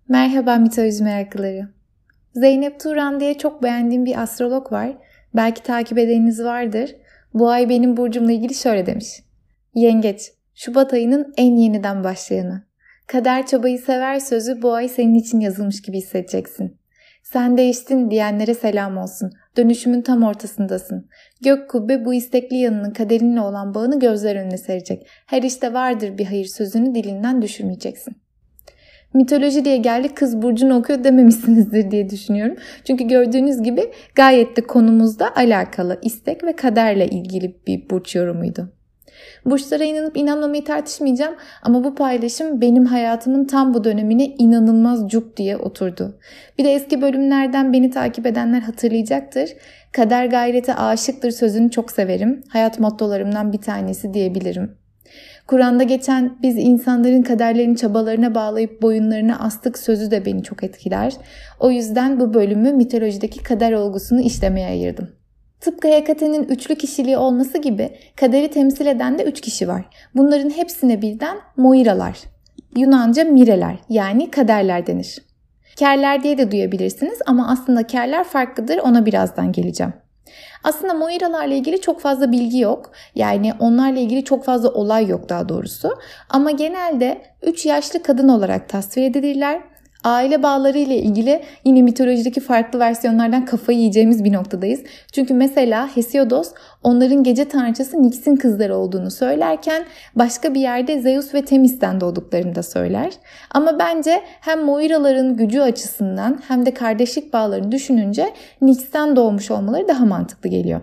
Merhaba mitoloji meraklıları. Zeynep Turan diye çok beğendiğim bir astrolog var. Belki takip edeniniz vardır. Bu ay benim burcumla ilgili şöyle demiş. Yengeç, Şubat ayının en yeniden başlayanı. Kader çabayı sever sözü bu ay senin için yazılmış gibi hissedeceksin. Sen değiştin diyenlere selam olsun. Dönüşümün tam ortasındasın. Gök kubbe bu istekli yanının kaderinle olan bağını gözler önüne serecek. Her işte vardır bir hayır sözünü dilinden düşürmeyeceksin. Mitoloji diye geldik kız burcunu okuyor dememişsinizdir diye düşünüyorum. Çünkü gördüğünüz gibi gayet de konumuzda alakalı istek ve kaderle ilgili bir burç yorumuydu. Burçlara inanıp inanmamayı tartışmayacağım ama bu paylaşım benim hayatımın tam bu dönemine inanılmaz cuk diye oturdu. Bir de eski bölümlerden beni takip edenler hatırlayacaktır. Kader gayrete aşıktır sözünü çok severim. Hayat mottolarımdan bir tanesi diyebilirim. Kur'an'da geçen biz insanların kaderlerini çabalarına bağlayıp boyunlarına astık sözü de beni çok etkiler. O yüzden bu bölümü mitolojideki kader olgusunu işlemeye ayırdım. Tıpkı Hekate'nin üçlü kişiliği olması gibi kaderi temsil eden de 3 kişi var. Bunların hepsine birden Moiralar, Yunanca Mireler yani kaderler denir. Kerler diye de duyabilirsiniz ama aslında kerler farklıdır, ona birazdan geleceğim. Aslında Moiralarla ilgili çok fazla bilgi yok. Yani onlarla ilgili çok fazla olay yok daha doğrusu. Ama genelde 3 yaşlı kadın olarak tasvir edilirler. Aile bağları ile ilgili yine mitolojideki farklı versiyonlardan kafayı yiyeceğimiz bir noktadayız. Çünkü mesela Hesiodos onların gece tanrıçası Nyx'in kızları olduğunu söylerken başka bir yerde Zeus ve Themis'ten doğduklarını da söyler. Ama bence hem Moiraların gücü açısından hem de kardeşlik bağlarını düşününce Nyx'ten doğmuş olmaları daha mantıklı geliyor.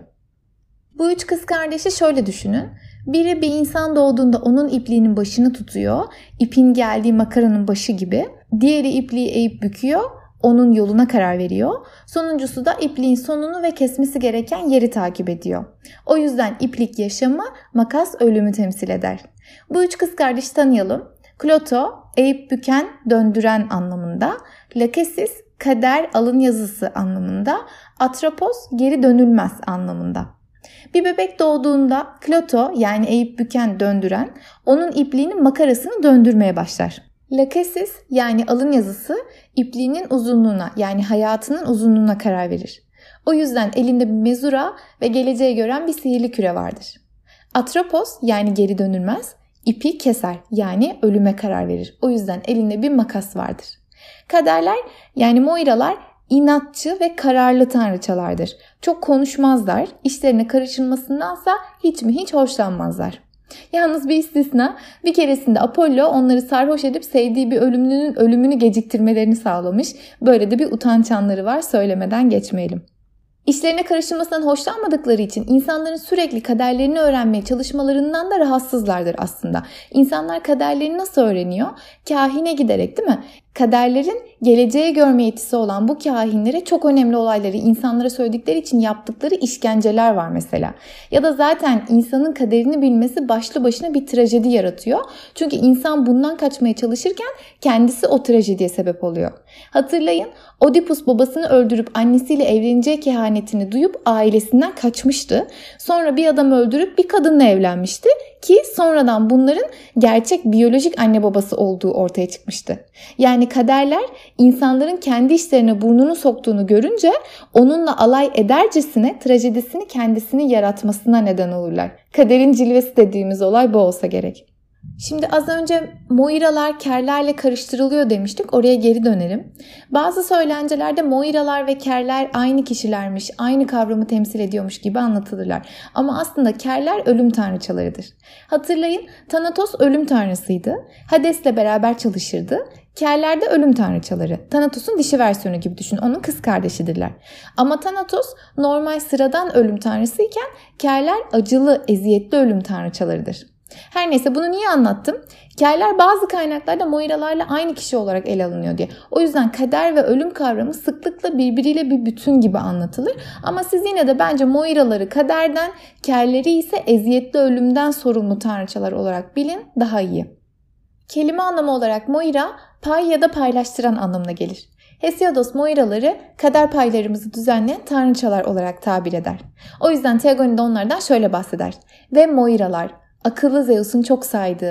Bu 3 kız kardeşi şöyle düşünün. Biri bir insan doğduğunda onun ipliğinin başını tutuyor. İpin geldiği makaranın başı gibi. Diğeri ipliği eğip büküyor. Onun yoluna karar veriyor. Sonuncusu da ipliğin sonunu ve kesmesi gereken yeri takip ediyor. O yüzden iplik yaşamı, makas ölümü temsil eder. Bu 3 kız kardeşi tanıyalım. Kloto, eğip büken, döndüren anlamında. Lakesis, kader, alın yazısı anlamında. Atropos, geri dönülmez anlamında. Bir bebek doğduğunda Kloto yani eğip büken döndüren onun ipliğinin makarasını döndürmeye başlar. Lakesis yani alın yazısı ipliğinin uzunluğuna yani hayatının uzunluğuna karar verir. O yüzden elinde bir mezura ve geleceği gören bir sihirli küre vardır. Atropos yani geri dönülmez ipi keser yani ölüme karar verir. O yüzden elinde bir makas vardır. Kaderler yani Moiralar inatçı ve kararlı tanrıçalardır. Çok konuşmazlar, işlerine karışılmasındansa hiç mi hiç hoşlanmazlar. Yalnız bir istisna, bir keresinde Apollo onları sarhoş edip sevdiği bir ölümlünün ölümünü geciktirmelerini sağlamış. Böyle de bir utanç anları var, söylemeden geçmeyelim. İşlerine karışılmasından hoşlanmadıkları için insanların sürekli kaderlerini öğrenmeye çalışmalarından da rahatsızlardır aslında. İnsanlar kaderlerini nasıl öğreniyor? Kahine giderek, değil mi? Kaderlerin geleceği görme yetisi olan bu kahinlere çok önemli olayları insanlara söyledikleri için yaptıkları işkenceler var mesela. Ya da zaten insanın kaderini bilmesi başlı başına bir trajedi yaratıyor. Çünkü insan bundan kaçmaya çalışırken kendisi o trajediye sebep oluyor. Hatırlayın, Oedipus babasını öldürüp annesiyle evleneceği kehanetini duyup ailesinden kaçmıştı. Sonra bir adam öldürüp bir kadınla evlenmişti ki sonradan bunların gerçek biyolojik anne babası olduğu ortaya çıkmıştı. Yani kaderler insanların kendi işlerine burnunu soktuğunu görünce onunla alay edercesine trajedisini kendisini yaratmasına neden olurlar. Kaderin cilvesi dediğimiz olay bu olsa gerek. Şimdi az önce Moiralar kerlerle karıştırılıyor demiştik. Oraya geri dönelim. Bazı söylencelerde Moiralar ve kerler aynı kişilermiş, aynı kavramı temsil ediyormuş gibi anlatılırlar. Ama aslında kerler ölüm tanrıçalarıdır. Hatırlayın, Thanatos ölüm tanrısıydı. Hades'le beraber çalışırdı. Kerler de ölüm tanrıçaları. Thanatos'un dişi versiyonu gibi düşün. Onun kız kardeşidirler. Ama Thanatos normal sıradan ölüm tanrısıyken kerler acılı, eziyetli ölüm tanrıçalarıdır. Her neyse bunu niye anlattım? Kerler bazı kaynaklarda Moiralarla aynı kişi olarak ele alınıyor diye. O yüzden kader ve ölüm kavramı sıklıkla birbiriyle bir bütün gibi anlatılır. Ama siz yine de bence Moiraları kaderden, kerleri ise eziyetli ölümden sorumlu tanrıçalar olarak bilin, daha iyi. Kelime anlamı olarak Moira, pay ya da paylaştıran anlamına gelir. Hesiodos Moiraları kader paylarımızı düzenleyen tanrıçalar olarak tabir eder. O yüzden Theogoni'de onlardan şöyle bahseder. Ve Moiralar, akıllı Zeus'un çok saydığı,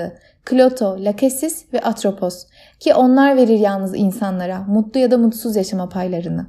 Kloto, Lakesis ve Atropos ki onlar verir yalnız insanlara mutlu ya da mutsuz yaşama paylarını.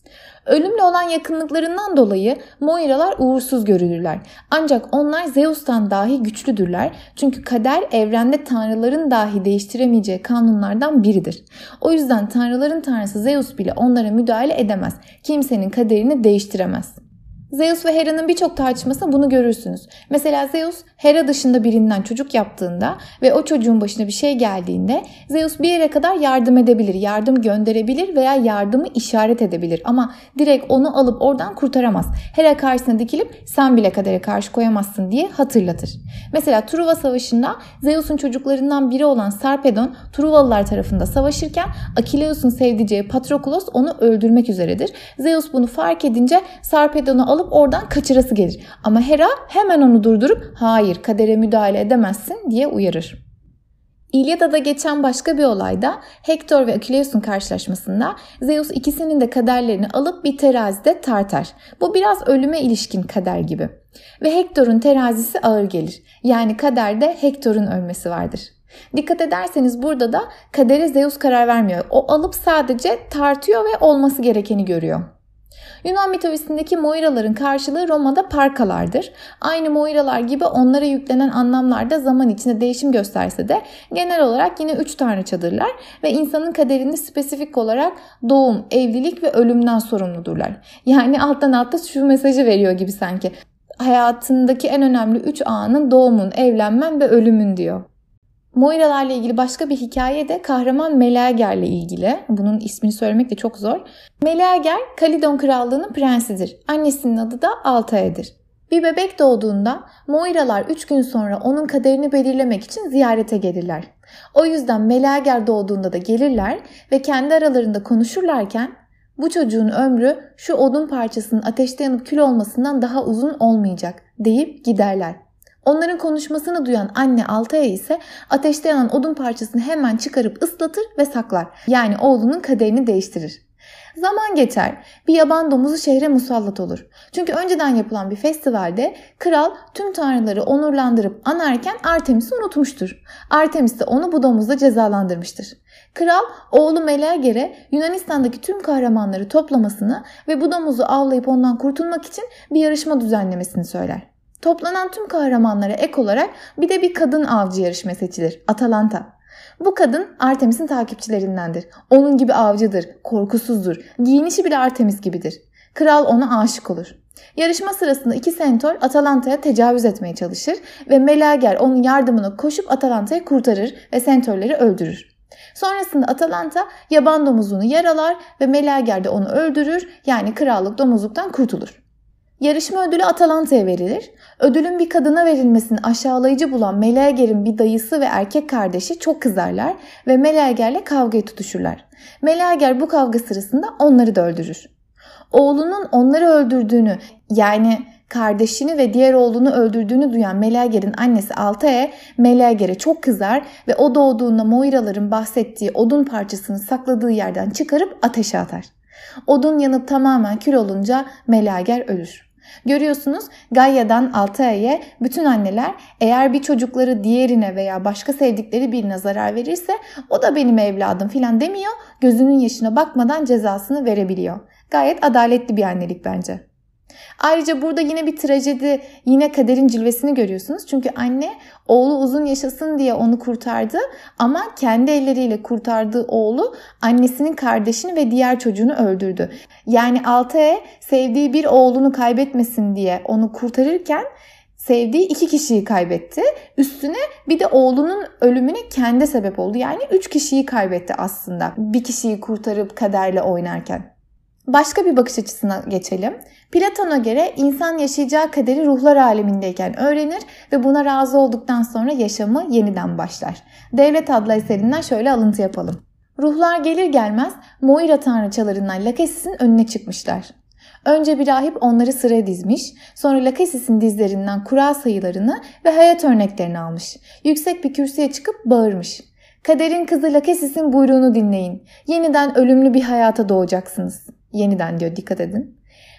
Ölümle olan yakınlıklarından dolayı Moiralar uğursuz görülürler. Ancak onlar Zeus'tan dahi güçlüdürler. Çünkü kader evrende tanrıların dahi değiştiremeyeceği kanunlardan biridir. O yüzden tanrıların tanrısı Zeus bile onlara müdahale edemez. Kimsenin kaderini değiştiremez. Zeus ve Hera'nın birçok tartışmasında bunu görürsünüz. Mesela Zeus Hera dışında birinden çocuk yaptığında ve o çocuğun başına bir şey geldiğinde Zeus bir yere kadar yardım edebilir, yardım gönderebilir veya yardımı işaret edebilir. Ama direkt onu alıp oradan kurtaramaz. Hera karşısına dikilip sen bile kadere karşı koyamazsın diye hatırlatır. Mesela Truva Savaşı'nda Zeus'un çocuklarından biri olan Sarpedon Truvalılar tarafında savaşırken Akileus'un sevdiceği Patroklos onu öldürmek üzeredir. Zeus bunu fark edince Sarpedon'u alıp oradan kaçırası gelir. Ama Hera hemen onu durdurup hayır kadere müdahale edemezsin diye uyarır. İlyada'da geçen başka bir olayda Hektor ve Akileus'un karşılaşmasında Zeus ikisinin de kaderlerini alıp bir terazide tartar. Bu biraz ölüme ilişkin kader gibi. Ve Hektor'un terazisi ağır gelir. Yani kaderde Hektor'un ölmesi vardır. Dikkat ederseniz burada da kadere Zeus karar vermiyor. O alıp sadece tartıyor ve olması gerekeni görüyor. Yunan mitolojisindeki Moiraların karşılığı Roma'da Parkalardır. Aynı Moiralar gibi onlara yüklenen anlamlar da zaman içinde değişim gösterse de genel olarak yine 3 tanrıçadırlar ve insanın kaderinde spesifik olarak doğum, evlilik ve ölümden sorumludurlar. Yani alttan alta şu mesajı veriyor gibi sanki. Hayatındaki en önemli 3 anın doğumun, evlenmen ve ölümün diyor. Moiralarla ilgili başka bir hikaye de kahraman Meleager'le ilgili. Bunun ismini söylemek de çok zor. Meleager, Kalidon Krallığı'nın prensidir. Annesinin adı da Altaea'dır. Bir bebek doğduğunda Moiralar 3 gün sonra onun kaderini belirlemek için ziyarete gelirler. O yüzden Meleager doğduğunda da gelirler ve kendi aralarında konuşurlarken bu çocuğun ömrü şu odun parçasının ateşte yanıp kül olmasından daha uzun olmayacak deyip giderler. Onların konuşmasını duyan anne Altaea ise ateşte yanan odun parçasını hemen çıkarıp ıslatır ve saklar. Yani oğlunun kaderini değiştirir. Zaman geçer. Bir yaban domuzu şehre musallat olur. Çünkü önceden yapılan bir festivalde kral tüm tanrıları onurlandırıp anarken Artemis'i unutmuştur. Artemis de onu bu domuzla cezalandırmıştır. Kral oğlu Meleager'e Yunanistan'daki tüm kahramanları toplamasını ve bu domuzu avlayıp ondan kurtulmak için bir yarışma düzenlemesini söyler. Toplanan tüm kahramanlara ek olarak bir de bir kadın avcı yarışma seçilir. Atalanta. Bu kadın Artemis'in takipçilerindendir. Onun gibi avcıdır, korkusuzdur. Giyinişi bile Artemis gibidir. Kral ona aşık olur. Yarışma sırasında iki sentor Atalanta'ya tecavüz etmeye çalışır ve Meleager onun yardımına koşup Atalanta'yı kurtarır ve sentorları öldürür. Sonrasında Atalanta yaban domuzunu yaralar ve Meleager de onu öldürür, yani krallık domuzluktan kurtulur. Yarışma ödülü Atalanta'ya verilir. Ödülün bir kadına verilmesini aşağılayıcı bulan Meleager'in bir dayısı ve erkek kardeşi çok kızarlar ve Meleager'le kavgaya tutuşurlar. Meleager bu kavga sırasında onları da öldürür. Oğlunun onları öldürdüğünü, yani kardeşini ve diğer oğlunu öldürdüğünü duyan Meleager'in annesi Altaea, Meleager'e çok kızar ve o doğduğunda Moiraların bahsettiği odun parçasını sakladığı yerden çıkarıp ateşe atar. Odun yanıp tamamen kül olunca Meleager ölür. Görüyorsunuz, Gaia'dan Altaea'ya bütün anneler eğer bir çocukları diğerine veya başka sevdikleri birine zarar verirse o da benim evladım filan demiyor, gözünün yaşına bakmadan cezasını verebiliyor. Gayet adaletli bir annelik bence. Ayrıca burada yine bir trajedi, yine kaderin cilvesini görüyorsunuz. Çünkü anne oğlu uzun yaşasın diye onu kurtardı ama kendi elleriyle kurtardığı oğlu annesinin kardeşini ve diğer çocuğunu öldürdü. Yani Altaea sevdiği bir oğlunu kaybetmesin diye onu kurtarırken sevdiği 2 kişiyi kaybetti. Üstüne bir de oğlunun ölümüne kendi sebep oldu. Yani 3 kişiyi kaybetti aslında. Bir kişiyi kurtarıp kaderle oynarken. Başka bir bakış açısına geçelim. Platon'a göre insan yaşayacağı kaderi ruhlar alemindeyken öğrenir ve buna razı olduktan sonra yaşamı yeniden başlar. Devlet adlı eserinden şöyle alıntı yapalım. Ruhlar gelir gelmez Moira tanrıçalarından Lakesis'in önüne çıkmışlar. Önce bir rahip onları sıraya dizmiş, sonra Lakesis'in dizlerinden kura sayılarını ve hayat örneklerini almış. Yüksek bir kürsüye çıkıp bağırmış. Kaderin kızı Lakesis'in buyruğunu dinleyin. Yeniden ölümlü bir hayata doğacaksınız. Yeniden diyor, dikkat edin.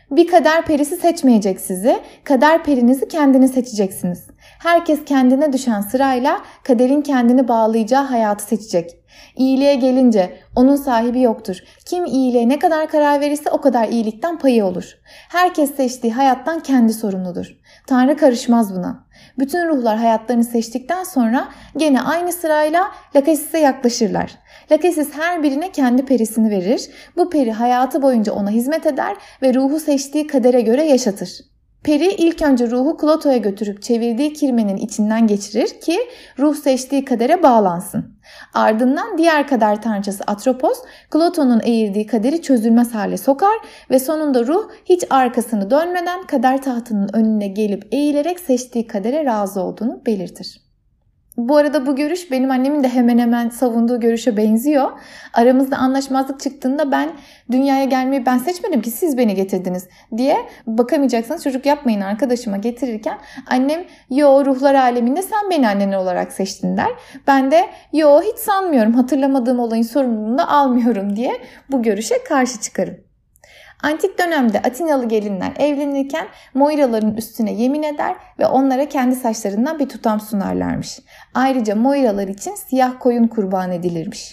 Bir kader perisi seçmeyecek sizi. Kader perinizi kendiniz seçeceksiniz. Herkes kendine düşen sırayla kaderin kendini bağlayacağı hayatı seçecek. İyiliğe gelince onun sahibi yoktur. Kim iyiliğe ne kadar karar verirse o kadar iyilikten payı olur. Herkes seçtiği hayattan kendi sorumludur. Tanrı karışmaz buna. Bütün ruhlar hayatlarını seçtikten sonra gene aynı sırayla Lakesis'e yaklaşırlar. Lakesis her birine kendi perisini verir. Bu peri hayatı boyunca ona hizmet eder ve ruhu seçtiği kadere göre yaşatır. Peri ilk önce ruhu Kloto'ya götürüp çevirdiği kirmenin içinden geçirir ki ruh seçtiği kadere bağlansın. Ardından diğer kader tanrıçası Atropos, Kloto'nun eğirdiği kaderi çözülmez hale sokar ve sonunda ruh hiç arkasını dönmeden kader tahtının önüne gelip eğilerek seçtiği kadere razı olduğunu belirtir. Bu arada bu görüş benim annemin de hemen hemen savunduğu görüşe benziyor. Aramızda anlaşmazlık çıktığında ben dünyaya gelmeyi ben seçmedim ki siz beni getirdiniz diye bakamayacaksanız çocuk yapmayın arkadaşıma getirirken annem yo ruhlar aleminde sen beni annen olarak seçtin der. Ben de yo hiç sanmıyorum hatırlamadığım olayın sorumluluğunu da almıyorum diye bu görüşe karşı çıkarım. Antik dönemde Atinalı gelinler evlenirken Moiraların üstüne yemin eder ve onlara kendi saçlarından bir tutam sunarlarmış. Ayrıca Moiralar için siyah koyun kurban edilirmiş.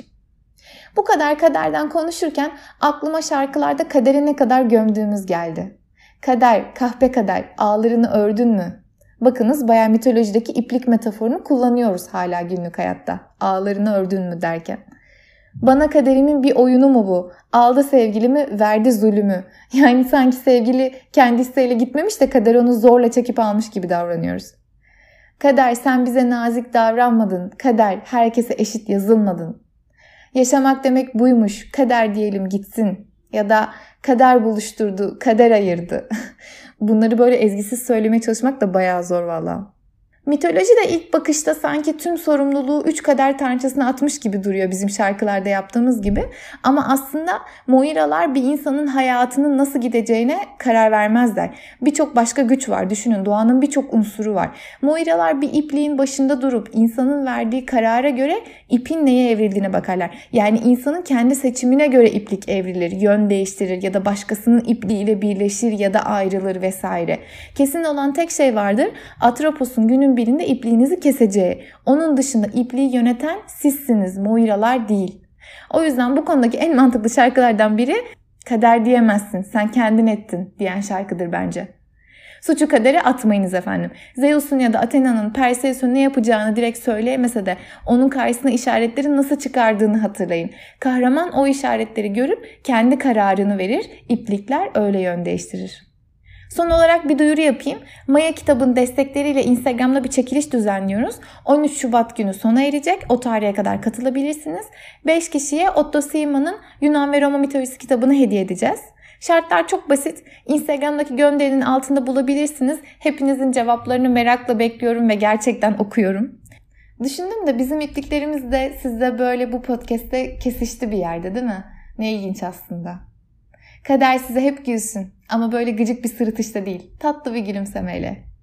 Bu kadar kaderden konuşurken aklıma şarkılarda kadere ne kadar gömdüğümüz geldi. Kader, kahpe kader, ağlarını ördün mü? Bakınız bayağı mitolojideki iplik metaforunu kullanıyoruz hala günlük hayatta. Ağlarını ördün mü derken. Bana kaderimin bir oyunu mu bu? Aldı sevgilimi, verdi zulümü. Yani sanki sevgili kendi isteğiyle gitmemiş de kader onu zorla çekip almış gibi davranıyoruz. Kader sen bize nazik davranmadın. Kader herkese eşit yazılmadın. Yaşamak demek buymuş. Kader diyelim gitsin. Ya da kader buluşturdu, kader ayırdı. Bunları böyle ezgisiz söylemeye çalışmak da bayağı zor valla. Mitoloji de ilk bakışta sanki tüm sorumluluğu 3 kader tanrıçasına atmış gibi duruyor bizim şarkılarda yaptığımız gibi. Ama aslında Moiralar bir insanın hayatının nasıl gideceğine karar vermezler. Birçok başka güç var. Düşünün doğanın birçok unsuru var. Moiralar bir ipliğin başında durup insanın verdiği karara göre ipin neye evrildiğine bakarlar. Yani insanın kendi seçimine göre iplik evrilir, yön değiştirir ya da başkasının ipliğiyle birleşir ya da ayrılır vesaire. Kesin olan tek şey vardır. Atropos'un günün birinde ipliğinizi keseceği. Onun dışında ipliği yöneten sizsiniz, Moiralar değil. O yüzden bu konudaki en mantıklı şarkılardan biri kader diyemezsin, sen kendin ettin diyen şarkıdır bence. Suçu kadere atmayınız efendim. Zeus'un ya da Athena'nın Perseus'un ne yapacağını direkt söyleyemese de onun karşısına işaretleri nasıl çıkardığını hatırlayın. Kahraman o işaretleri görüp kendi kararını verir, iplikler öyle yön değiştirir. Son olarak bir duyuru yapayım. Maya kitabın destekleriyle Instagram'da bir çekiliş düzenliyoruz. 13 Şubat günü sona erecek. O tarihe kadar katılabilirsiniz. 5 kişiye Otto Siema'nın Yunan ve Roma mitolojisi kitabını hediye edeceğiz. Şartlar çok basit. Instagram'daki gönderinin altında bulabilirsiniz. Hepinizin cevaplarını merakla bekliyorum ve gerçekten okuyorum. Düşündüm de bizim ipliklerimiz de sizde böyle bu podcast'te kesişti bir yerde değil mi? Ne ilginç aslında. Kader size hep gülsün ama böyle gıcık bir sırıtışta değil, tatlı bir gülümsemeyle.